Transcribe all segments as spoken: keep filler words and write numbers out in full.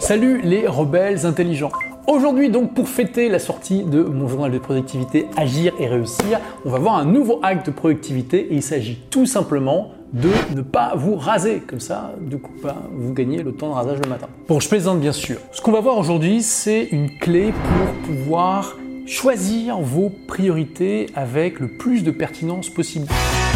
Salut les rebelles intelligents. Aujourd'hui donc, pour fêter la sortie de mon journal de productivité Agir et réussir, on va voir un nouveau hack de productivité et il s'agit tout simplement de ne pas vous raser. Comme ça, du coup, bah, vous gagnez le temps de rasage le matin. Bon, je plaisante bien sûr. Ce qu'on va voir aujourd'hui, c'est une clé pour pouvoir choisir vos priorités avec le plus de pertinence possible.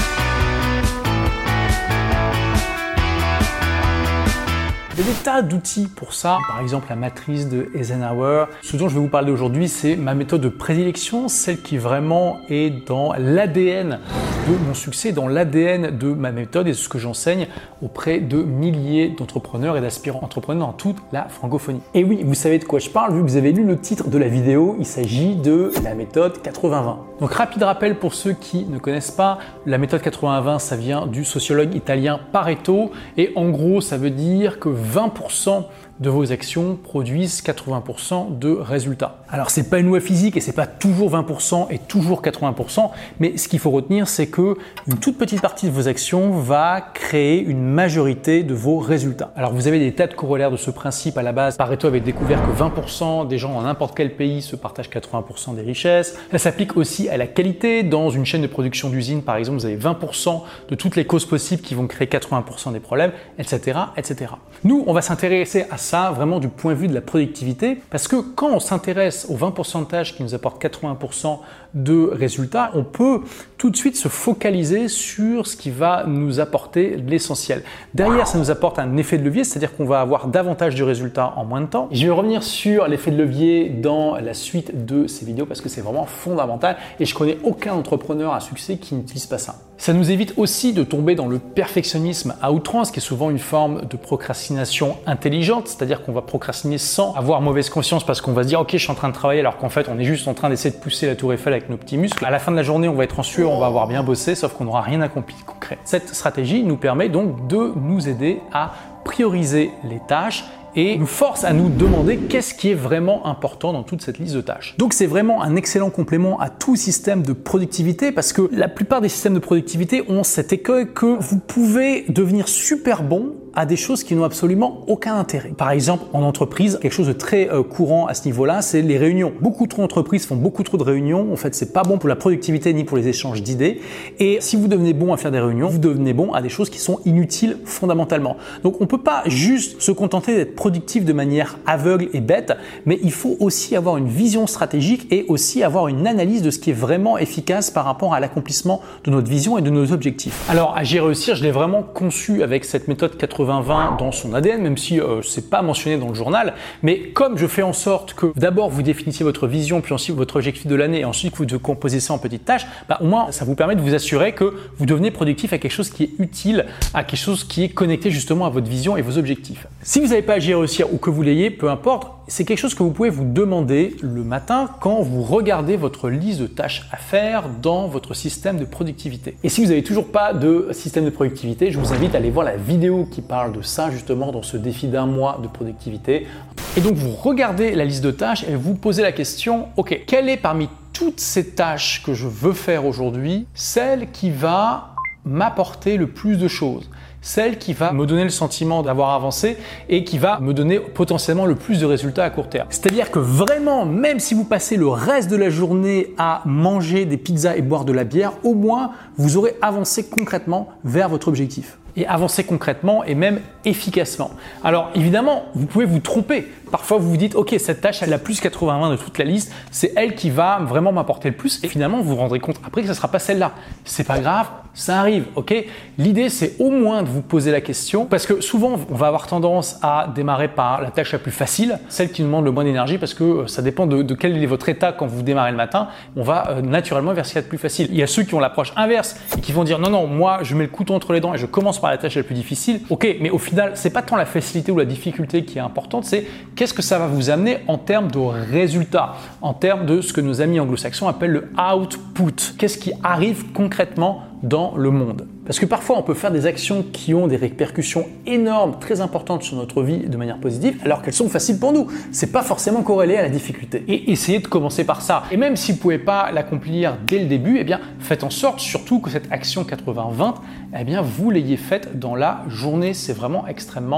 Il y a des tas d'outils pour ça, par exemple la matrice de Eisenhower. Ce dont je vais vous parler aujourd'hui, c'est ma méthode de prédilection, celle qui vraiment est dans l'A D N de mon succès, dans l'A D N de ma méthode et ce que j'enseigne auprès de milliers d'entrepreneurs et d'aspirants entrepreneurs dans toute la francophonie. Et oui, vous savez de quoi je parle vu que vous avez lu le titre de la vidéo, il s'agit de la méthode quatre-vingts vingt. Donc rapide rappel pour ceux qui ne connaissent pas, la méthode quatre-vingts vingt, ça vient du sociologue italien Pareto et en gros ça veut dire que vingt pour cent de vos actions produisent quatre-vingts pour cent de résultats. Alors c'est pas une loi physique et c'est pas toujours vingt pour cent et toujours quatre-vingts pour cent, mais ce qu'il faut retenir c'est que une toute petite partie de vos actions va créer une majorité de vos résultats. Alors vous avez des tas de corollaires de ce principe à la base. Pareto avait découvert que vingt pour cent des gens dans n'importe quel pays se partagent quatre-vingts pour cent des richesses. Ça s'applique aussi à la qualité. Dans une chaîne de production d'usine par exemple, vous avez vingt pour cent de toutes les causes possibles qui vont créer quatre-vingts pour cent des problèmes, et cetera, et cetera. Nous, on va s'intéresser à ça Ça, vraiment du point de vue de la productivité, parce que quand on s'intéresse aux vingt pour cent de tâches qui nous apportent quatre-vingts pour cent de résultats, on peut tout de suite se focaliser sur ce qui va nous apporter l'essentiel. Derrière, ça nous apporte un effet de levier, c'est-à-dire qu'on va avoir davantage de résultats en moins de temps. Je vais revenir sur l'effet de levier dans la suite de ces vidéos parce que c'est vraiment fondamental et je connais aucun entrepreneur à succès qui n'utilise pas ça. Ça nous évite aussi de tomber dans le perfectionnisme à outrance, qui est souvent une forme de procrastination intelligente, c'est-à-dire qu'on va procrastiner sans avoir mauvaise conscience parce qu'on va se dire « Ok, je suis en train de travailler » alors qu'en fait, on est juste en train d'essayer de pousser la tour Eiffel avec nos petits muscles. À la fin de la journée, on va être en sueur, on va avoir bien bossé, sauf qu'on n'aura rien accompli de concret. Cette stratégie nous permet donc de nous aider à prioriser les tâches et nous force à nous demander qu'est-ce qui est vraiment important dans toute cette liste de tâches. Donc c'est vraiment un excellent complément à tout système de productivité parce que la plupart des systèmes de productivité ont cet écueil que vous pouvez devenir super bon à des choses qui n'ont absolument aucun intérêt. Par exemple, en entreprise, quelque chose de très euh, courant à ce niveau-là, c'est les réunions. Beaucoup trop d'entreprises font beaucoup trop de réunions. En fait, c'est pas bon pour la productivité ni pour les échanges d'idées. Et si vous devenez bon à faire des réunions, vous devenez bon à des choses qui sont inutiles fondamentalement. Donc, on peut pas juste se contenter d'être productif de manière aveugle et bête, mais il faut aussi avoir une vision stratégique et aussi avoir une analyse de ce qui est vraiment efficace par rapport à l'accomplissement de notre vision et de nos objectifs. Alors, Agir et réussir, je l'ai vraiment conçu avec cette méthode quatre-vingts vingt dans son A D N, même si euh, c'est pas mentionné dans le journal. Mais comme je fais en sorte que d'abord vous définissiez votre vision, puis ensuite votre objectif de l'année, et ensuite vous composez ça en petites tâches, bah, au moins ça vous permet de vous assurer que vous devenez productif à quelque chose qui est utile, à quelque chose qui est connecté justement à votre vision et vos objectifs. Si vous n'avez pas Agir et réussir ou que vous l'ayez, peu importe, c'est quelque chose que vous pouvez vous demander le matin quand vous regardez votre liste de tâches à faire dans votre système de productivité. Et si vous n'avez toujours pas de système de productivité, je vous invite à aller voir la vidéo qui parle de ça justement dans ce défi d'un mois de productivité. Et donc vous regardez la liste de tâches et vous posez la question, ok, quelle est parmi toutes ces tâches que je veux faire aujourd'hui, celle qui va m'apporter le plus de choses? Celle qui va me donner le sentiment d'avoir avancé et qui va me donner potentiellement le plus de résultats à court terme. C'est-à-dire que vraiment, même si vous passez le reste de la journée à manger des pizzas et boire de la bière, au moins vous aurez avancé concrètement vers votre objectif. Et avancer concrètement et même efficacement. Alors évidemment, vous pouvez vous tromper. Parfois, vous vous dites, ok, cette tâche, elle a plus quatre-vingts vingt de toute la liste, c'est elle qui va vraiment m'apporter le plus. Et finalement, vous vous rendrez compte après que ce ne sera pas celle-là. C'est pas grave, ça arrive, ok? L'idée, c'est au moins de vous poser la question, parce que souvent, on va avoir tendance à démarrer par la tâche la plus facile, celle qui nous demande le moins d'énergie, parce que ça dépend de, de quel est votre état quand vous démarrez le matin. On va euh, naturellement vers ce qu'il y a de plus facile. Il y a ceux qui ont l'approche inverse et qui vont dire, non, non, moi, je mets le couteau entre les dents et je commence par la tâche la plus difficile. Ok, mais au final, c'est pas tant la facilité ou la difficulté qui est importante, c'est qu'est-ce que ça va vous amener en termes de résultats, en termes de ce que nos amis anglo-saxons appellent le output. Qu'est-ce qui arrive concrètement dans le monde? Parce que parfois, on peut faire des actions qui ont des répercussions énormes, très importantes sur notre vie de manière positive, alors qu'elles sont faciles pour nous. C'est pas forcément corrélé à la difficulté. Et essayez de commencer par ça. Et même si vous pouvez pas l'accomplir dès le début, eh bien, faites en sorte surtout que cette action quatre-vingts vingt, eh bien, vous l'ayez faite dans la journée. C'est vraiment extrêmement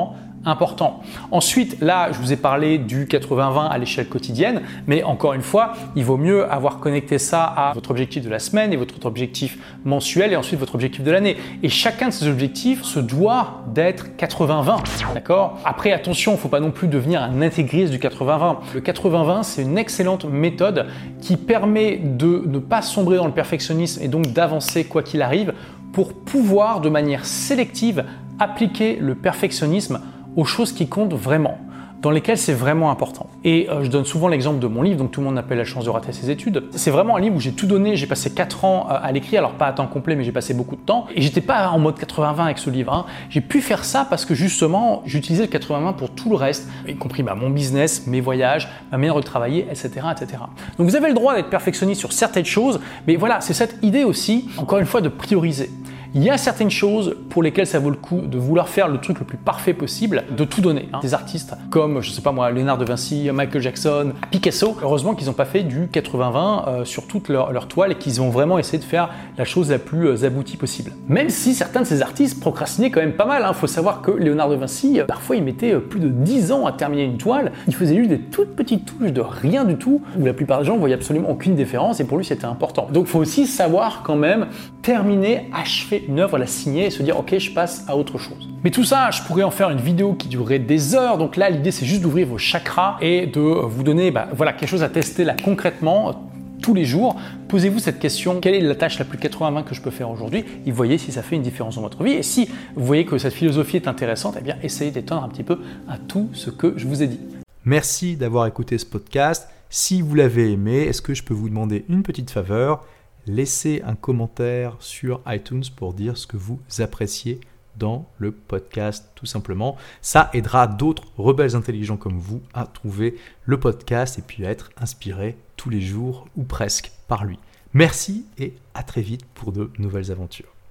important. Ensuite, là, je vous ai parlé du quatre-vingts vingt à l'échelle quotidienne, mais encore une fois, il vaut mieux avoir connecté ça à votre objectif de la semaine et votre objectif mensuel et ensuite votre objectif de l'année. Et chacun de ces objectifs se doit d'être quatre-vingts vingt, d'accord? Après, attention, il ne faut pas non plus devenir un intégriste du quatre-vingts vingt. Le quatre-vingts vingt, c'est une excellente méthode qui permet de ne pas sombrer dans le perfectionnisme et donc d'avancer quoi qu'il arrive pour pouvoir de manière sélective appliquer le perfectionnisme aux choses qui comptent vraiment, dans lesquelles c'est vraiment important. Et euh, je donne souvent l'exemple de mon livre, donc tout le monde n'a pas la chance de rater ses études. C'est vraiment un livre où j'ai tout donné, j'ai passé quatre ans euh, à l'écrire, alors pas à temps complet, mais j'ai passé beaucoup de temps. Et j'étais pas en mode quatre-vingts vingt avec ce livre. Hein. J'ai pu faire ça parce que justement, j'utilisais le quatre-vingts vingt pour tout le reste, y compris bah, mon business, mes voyages, ma manière de travailler, et cetera, et cetera. Donc vous avez le droit d'être perfectionniste sur certaines choses, mais voilà, c'est cette idée aussi, encore une fois, de prioriser. Il y a certaines choses pour lesquelles ça vaut le coup de vouloir faire le truc le plus parfait possible, de tout donner. Hein. Des artistes comme, je sais pas moi, Léonard de Vinci, Michael Jackson, Picasso, heureusement qu'ils n'ont pas fait du quatre-vingts vingt euh, sur toute leur, leur toile et qu'ils ont vraiment essayé de faire la chose la plus euh, aboutie possible. Même si certains de ces artistes procrastinaient quand même pas mal. Il hein. faut savoir que Léonard de Vinci, euh, parfois il mettait euh, plus de dix ans à terminer une toile. Il faisait juste des toutes petites touches de rien du tout, où la plupart des gens ne voyaient absolument aucune différence et pour lui c'était important. Donc il faut aussi savoir quand même terminer, achever une œuvre, la signer et se dire ok, je passe à autre chose. Mais tout ça, je pourrais en faire une vidéo qui durerait des heures. Donc là, l'idée c'est juste d'ouvrir vos chakras et de vous donner bah, voilà, quelque chose à tester là concrètement tous les jours. Posez-vous cette question, quelle est la tâche la plus quatre-vingts vingt que je peux faire aujourd'hui? Et voyez si ça fait une différence dans votre vie. Et si vous voyez que cette philosophie est intéressante, eh bien essayez d'étendre un petit peu à tout ce que je vous ai dit. Merci d'avoir écouté ce podcast. Si vous l'avez aimé, est-ce que je peux vous demander une petite faveur? Laissez un commentaire sur iTunes pour dire ce que vous appréciez dans le podcast, tout simplement. Ça aidera d'autres rebelles intelligents comme vous à trouver le podcast et puis à être inspirés tous les jours ou presque par lui. Merci et à très vite pour de nouvelles aventures.